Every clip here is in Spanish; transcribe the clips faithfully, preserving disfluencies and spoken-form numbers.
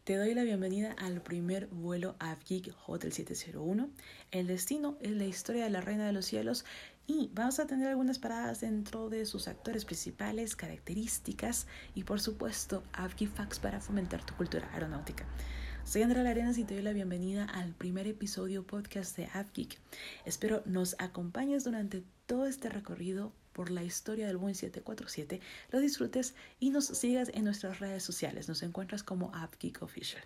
Te doy la bienvenida al primer vuelo Avgeek Hotel siete cero uno. El destino es la historia de la Reina de los Cielos y vamos a tener algunas paradas dentro de sus actores principales, características y por supuesto Avgeek Facts para fomentar tu cultura aeronáutica. Soy Andrea Larenas y te doy la bienvenida al primer episodio podcast de Avgeek. Espero nos acompañes durante todo este recorrido por la historia del Boeing siete cuatro siete, lo disfrutes y nos sigas en nuestras redes sociales. Nos encuentras como Avgeek Official.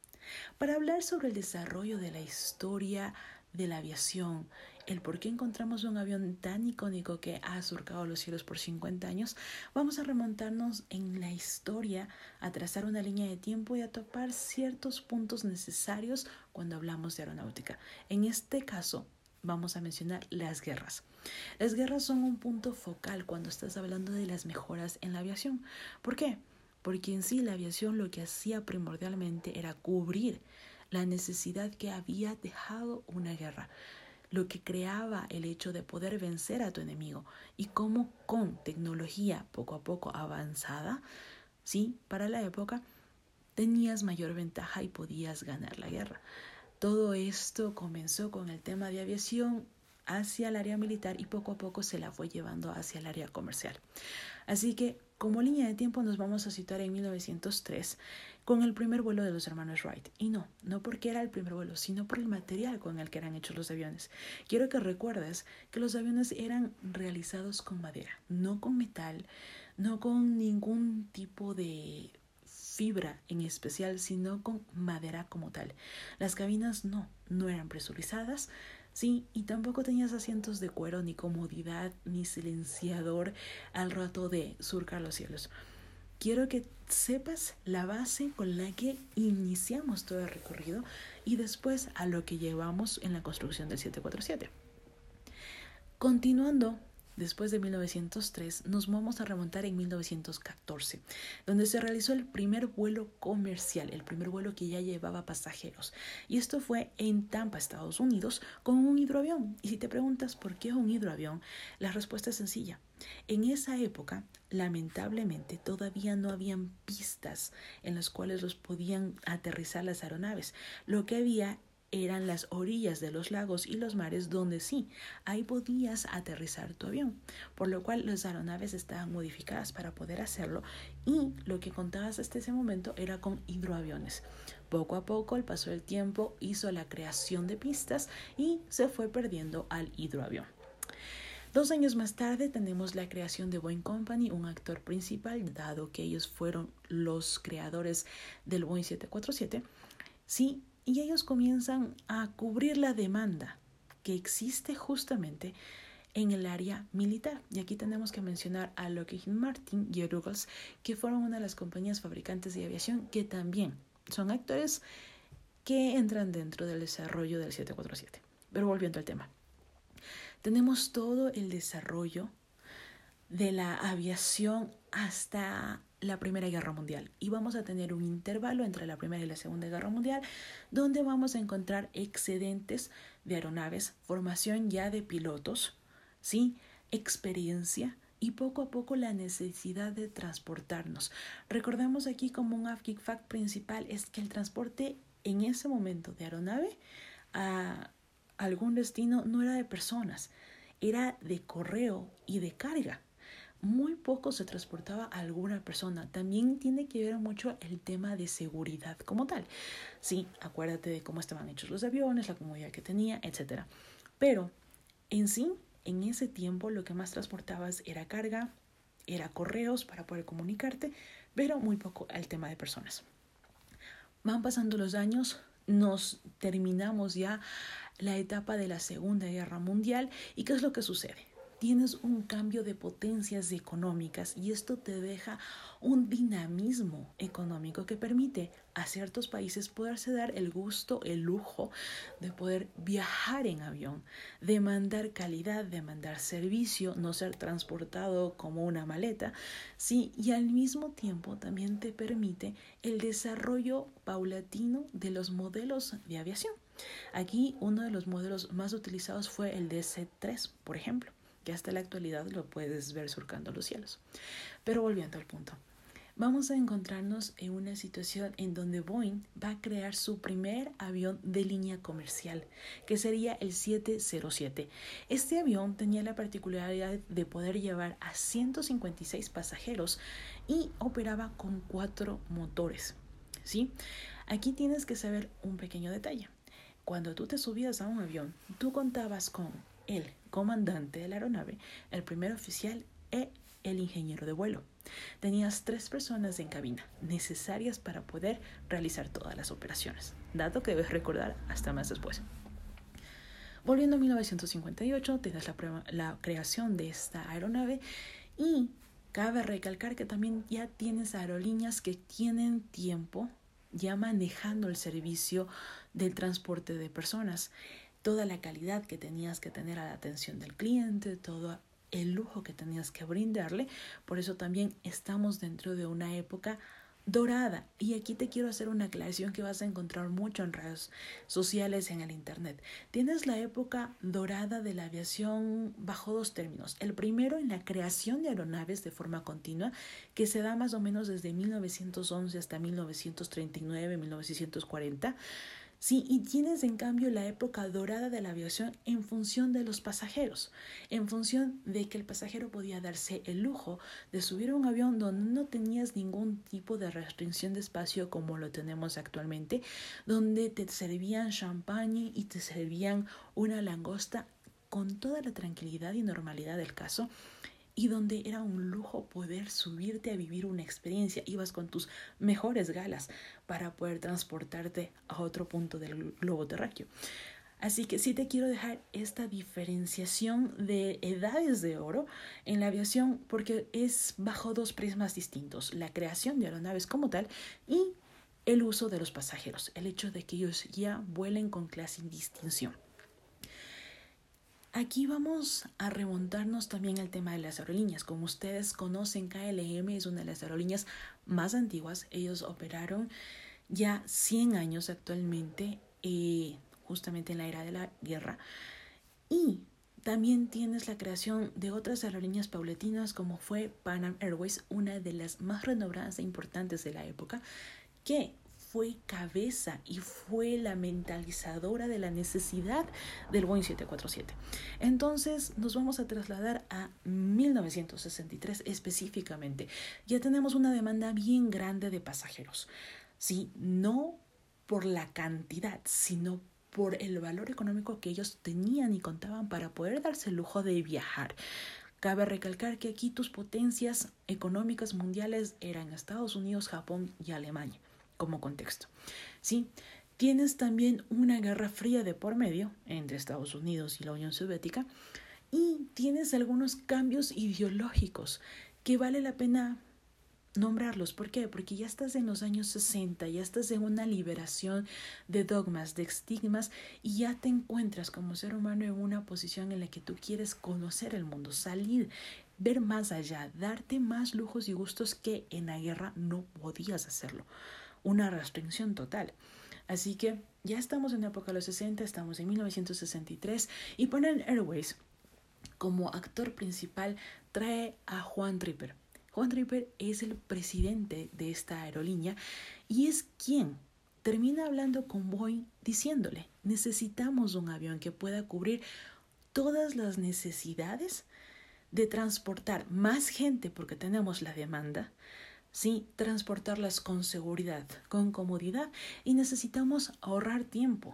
Para hablar sobre el desarrollo de la historia de la aviación, el por qué encontramos un avión tan icónico que ha surcado los cielos por cincuenta años, vamos a remontarnos en la historia, a trazar una línea de tiempo y a topar ciertos puntos necesarios cuando hablamos de aeronáutica. En este caso, vamos a mencionar las guerras. Las guerras son un punto focal cuando estás hablando de las mejoras en la aviación. ¿Por qué? Porque en sí la aviación lo que hacía primordialmente era cubrir la necesidad que había dejado una guerra, lo que creaba el hecho de poder vencer a tu enemigo y cómo con tecnología poco a poco avanzada, sí, para la época, tenías mayor ventaja y podías ganar la guerra. Todo esto comenzó con el tema de aviación hacia el área militar y poco a poco se la fue llevando hacia el área comercial. Así que, como línea de tiempo, nos vamos a situar en mil novecientos tres con el primer vuelo de los hermanos Wright. Y no, no porque era el primer vuelo, sino por el material con el que eran hechos los aviones. Quiero que recuerdes que los aviones eran realizados con madera, no con metal, no con ningún tipo de fibra en especial, sino con madera como tal. Las cabinas no, no eran presurizadas, sí, y tampoco tenías asientos de cuero, ni comodidad, ni silenciador al rato de surcar los cielos. Quiero que sepas la base con la que iniciamos todo el recorrido y después a lo que llevamos en la construcción del siete cuatro siete. Continuando, después de mil novecientos tres, nos vamos a remontar en mil novecientos catorce, donde se realizó el primer vuelo comercial, el primer vuelo que ya llevaba pasajeros. Y esto fue en Tampa, Estados Unidos, con un hidroavión. Y si te preguntas por qué un hidroavión, la respuesta es sencilla. En esa época, lamentablemente, todavía no habían pistas en las cuales los podían aterrizar las aeronaves. Lo que había eran las orillas de los lagos y los mares donde sí, ahí podías aterrizar tu avión, por lo cual las aeronaves estaban modificadas para poder hacerlo y lo que contabas hasta ese momento era con hidroaviones. Poco a poco, el paso del tiempo hizo la creación de pistas y se fue perdiendo al hidroavión. Dos años más tarde tenemos la creación de Boeing Company, un actor principal, dado que ellos fueron los creadores del Boeing siete cuatro siete. Sí, y ellos comienzan a cubrir la demanda que existe justamente en el área militar. Y aquí tenemos que mencionar a Lockheed Martin y a Douglas, que fueron una de las compañías fabricantes de aviación que también son actores que entran dentro del desarrollo del siete cuatro siete. Pero volviendo al tema. Tenemos todo el desarrollo de la aviación hasta la Primera Guerra Mundial y vamos a tener un intervalo entre la Primera y la Segunda Guerra Mundial donde vamos a encontrar excedentes de aeronaves, formación ya de pilotos, ¿sí? Experiencia y poco a poco la necesidad de transportarnos. Recordemos aquí como un Avgeek Fact principal es que el transporte en ese momento de aeronave a algún destino no era de personas, era de correo y de carga. Muy poco se transportaba a alguna persona. También tiene que ver mucho el tema de seguridad como tal. Sí, acuérdate de cómo estaban hechos los aviones, la comodidad que tenía, etcétera. Pero en sí, en ese tiempo lo que más transportabas era carga, era correos para poder comunicarte, pero muy poco el tema de personas. Van pasando los años, nos terminamos ya la etapa de la Segunda Guerra Mundial y ¿qué es lo que sucede? Tienes un cambio de potencias económicas y esto te deja un dinamismo económico que permite a ciertos países poderse dar el gusto, el lujo de poder viajar en avión, demandar calidad, demandar servicio, no ser transportado como una maleta, sí, y al mismo tiempo también te permite el desarrollo paulatino de los modelos de aviación. Aquí uno de los modelos más utilizados fue el D C tres, por ejemplo, que hasta la actualidad lo puedes ver surcando los cielos. Pero volviendo al punto, vamos a encontrarnos en una situación en donde Boeing va a crear su primer avión de línea comercial, que sería el siete cero siete. Este avión tenía la particularidad de poder llevar a ciento cincuenta y seis pasajeros y operaba con cuatro motores, ¿sí? Aquí tienes que saber un pequeño detalle. Cuando tú te subías a un avión, tú contabas con el comandante de la aeronave, el primer oficial e el ingeniero de vuelo. Tenías tres personas en cabina necesarias para poder realizar todas las operaciones, dato que debes recordar hasta más después. Volviendo a mil novecientos cincuenta y ocho, tienes la, prueba, la creación de esta aeronave y cabe recalcar que también ya tienes aerolíneas que tienen tiempo ya manejando el servicio del transporte de personas. Toda la calidad que tenías que tener a la atención del cliente, todo el lujo que tenías que brindarle. Por eso también estamos dentro de una época dorada. Y aquí te quiero hacer una aclaración que vas a encontrar mucho en redes sociales, en el internet. Tienes la época dorada de la aviación bajo dos términos. El primero en la creación de aeronaves de forma continua, que se da más o menos desde mil novecientos once hasta mil novecientos treinta y nueve, mil novecientos cuarenta. Sí, y tienes en cambio la época dorada de la aviación en función de los pasajeros, en función de que el pasajero podía darse el lujo de subir a un avión donde no tenías ningún tipo de restricción de espacio como lo tenemos actualmente, donde te servían champagne y te servían una langosta con toda la tranquilidad y normalidad del caso, y donde era un lujo poder subirte a vivir una experiencia. Ibas con tus mejores galas para poder transportarte a otro punto del globo terráqueo. Así que sí te quiero dejar esta diferenciación de edades de oro en la aviación porque es bajo dos prismas distintos: la creación de aeronaves como tal y el uso de los pasajeros, el hecho de que ellos ya vuelen con clase y distinción. Aquí vamos a remontarnos también al tema de las aerolíneas. Como ustedes conocen, K L M es una de las aerolíneas más antiguas. Ellos operaron ya cien años actualmente, eh, justamente en la era de la guerra. Y también tienes la creación de otras aerolíneas paulatinas como fue Pan Am Airways, una de las más renombradas e importantes de la época, que fue cabeza y fue la mentalizadora de la necesidad del Boeing siete cuatro siete. Entonces nos vamos a trasladar a mil novecientos sesenta y tres específicamente. Ya tenemos una demanda bien grande de pasajeros. Sí, no por la cantidad, sino por el valor económico que ellos tenían y contaban para poder darse el lujo de viajar. Cabe recalcar que aquí tus potencias económicas mundiales eran Estados Unidos, Japón y Alemania, como contexto. ¿Sí? Tienes también una guerra fría de por medio entre Estados Unidos y la Unión Soviética y tienes algunos cambios ideológicos que vale la pena nombrarlos. ¿Por qué? Porque ya estás en los años sesenta, ya estás en una liberación de dogmas, de estigmas y ya te encuentras como ser humano en una posición en la que tú quieres conocer el mundo, salir, ver más allá, darte más lujos y gustos que en la guerra no podías hacerlo. Una restricción total. Así que ya estamos en la época de los sesenta, estamos en mil novecientos sesenta y tres y Pan Am Airways como actor principal trae a Juan Tripper. Juan Tripper es el presidente de esta aerolínea y es quien termina hablando con Boeing diciéndole: necesitamos un avión que pueda cubrir todas las necesidades de transportar más gente porque tenemos la demanda, sí, transportarlas con seguridad, con comodidad y necesitamos ahorrar tiempo.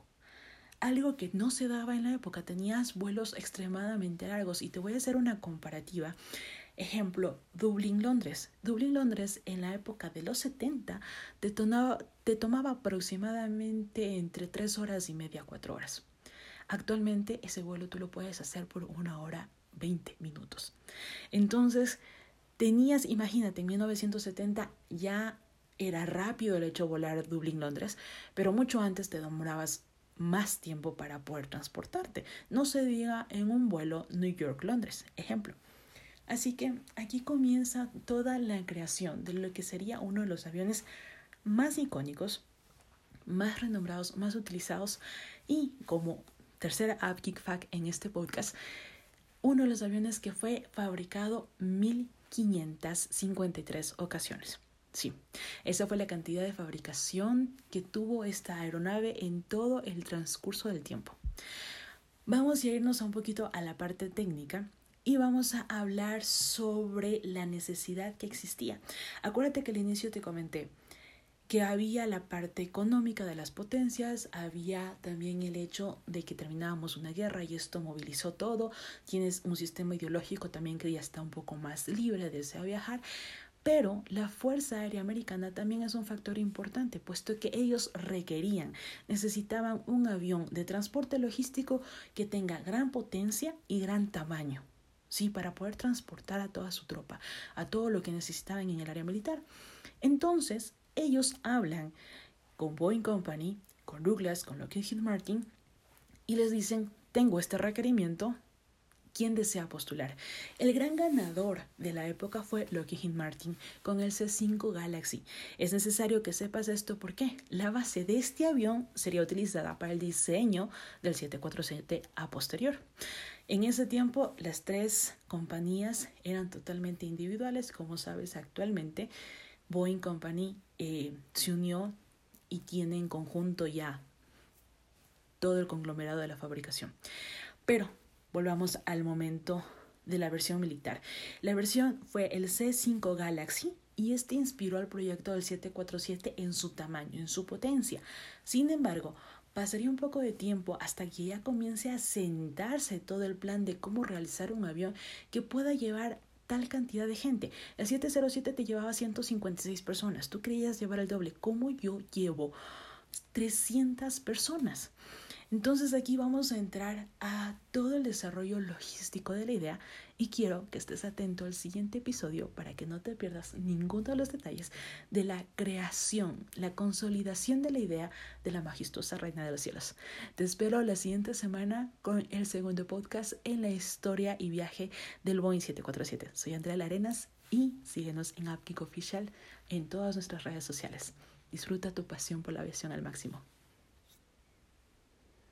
Algo que no se daba en la época, tenías vuelos extremadamente largos y te voy a hacer una comparativa. Ejemplo, Dublín-Londres. Dublín-Londres en la época de los setenta te, tonaba, te tomaba aproximadamente entre tres horas y media a cuatro horas. Actualmente ese vuelo tú lo puedes hacer por una hora veinte minutos. Entonces, tenías, imagínate, en mil novecientos setenta ya era rápido el hecho de volar Dublín-Londres, pero mucho antes te demorabas más tiempo para poder transportarte. No se diga en un vuelo New York-Londres, ejemplo. Así que aquí comienza toda la creación de lo que sería uno de los aviones más icónicos, más renombrados, más utilizados y, como tercera App Geek Fact en este podcast, uno de los aviones que fue fabricado mil quinientas cincuenta y tres ocasiones. Sí, esa fue la cantidad de fabricación que tuvo esta aeronave en todo el transcurso del tiempo. Vamos a irnos a un poquito a la parte técnica y vamos a hablar sobre la necesidad que existía. Acuérdate que al inicio te comenté que había la parte económica de las potencias, había también el hecho de que terminábamos una guerra y esto movilizó todo. Tienes un sistema ideológico también que ya está un poco más libre, desea viajar. Pero la Fuerza Aérea Americana también es un factor importante, puesto que ellos requerían, necesitaban un avión de transporte logístico que tenga gran potencia y gran tamaño, ¿sí? Para poder transportar a toda su tropa, a todo lo que necesitaban en el área militar. Entonces, ellos hablan con Boeing Company, con Douglas, con Lockheed Martin, y les dicen, tengo este requerimiento, ¿quién desea postular? El gran ganador de la época fue Lockheed Martin con el C cinco Galaxy. Es necesario que sepas esto porque la base de este avión sería utilizada para el diseño del siete cuatro siete a posterior. En ese tiempo, las tres compañías eran totalmente individuales. Como sabes, actualmente Boeing Company eh, se unió y tiene en conjunto ya todo el conglomerado de la fabricación. Pero volvamos al momento de la versión militar. La versión fue el C cinco Galaxy y este inspiró al proyecto del siete cuatro siete en su tamaño, en su potencia. Sin embargo, pasaría un poco de tiempo hasta que ya comience a sentarse todo el plan de cómo realizar un avión que pueda llevar tal cantidad de gente. El siete cero siete te llevaba ciento cincuenta y seis personas. Tú creías llevar el doble. ¿Cómo yo llevo trescientas personas? Entonces aquí vamos a entrar a todo el desarrollo logístico de la idea y quiero que estés atento al siguiente episodio para que no te pierdas ninguno de los detalles de la creación, la consolidación de la idea de la majestuosa Reina de los Cielos. Te espero la siguiente semana con el segundo podcast en la historia y viaje del Boeing siete cuatro siete. Soy Andrea Larenas y síguenos en AppGeek Official en todas nuestras redes sociales. Disfruta tu pasión por la aviación al máximo.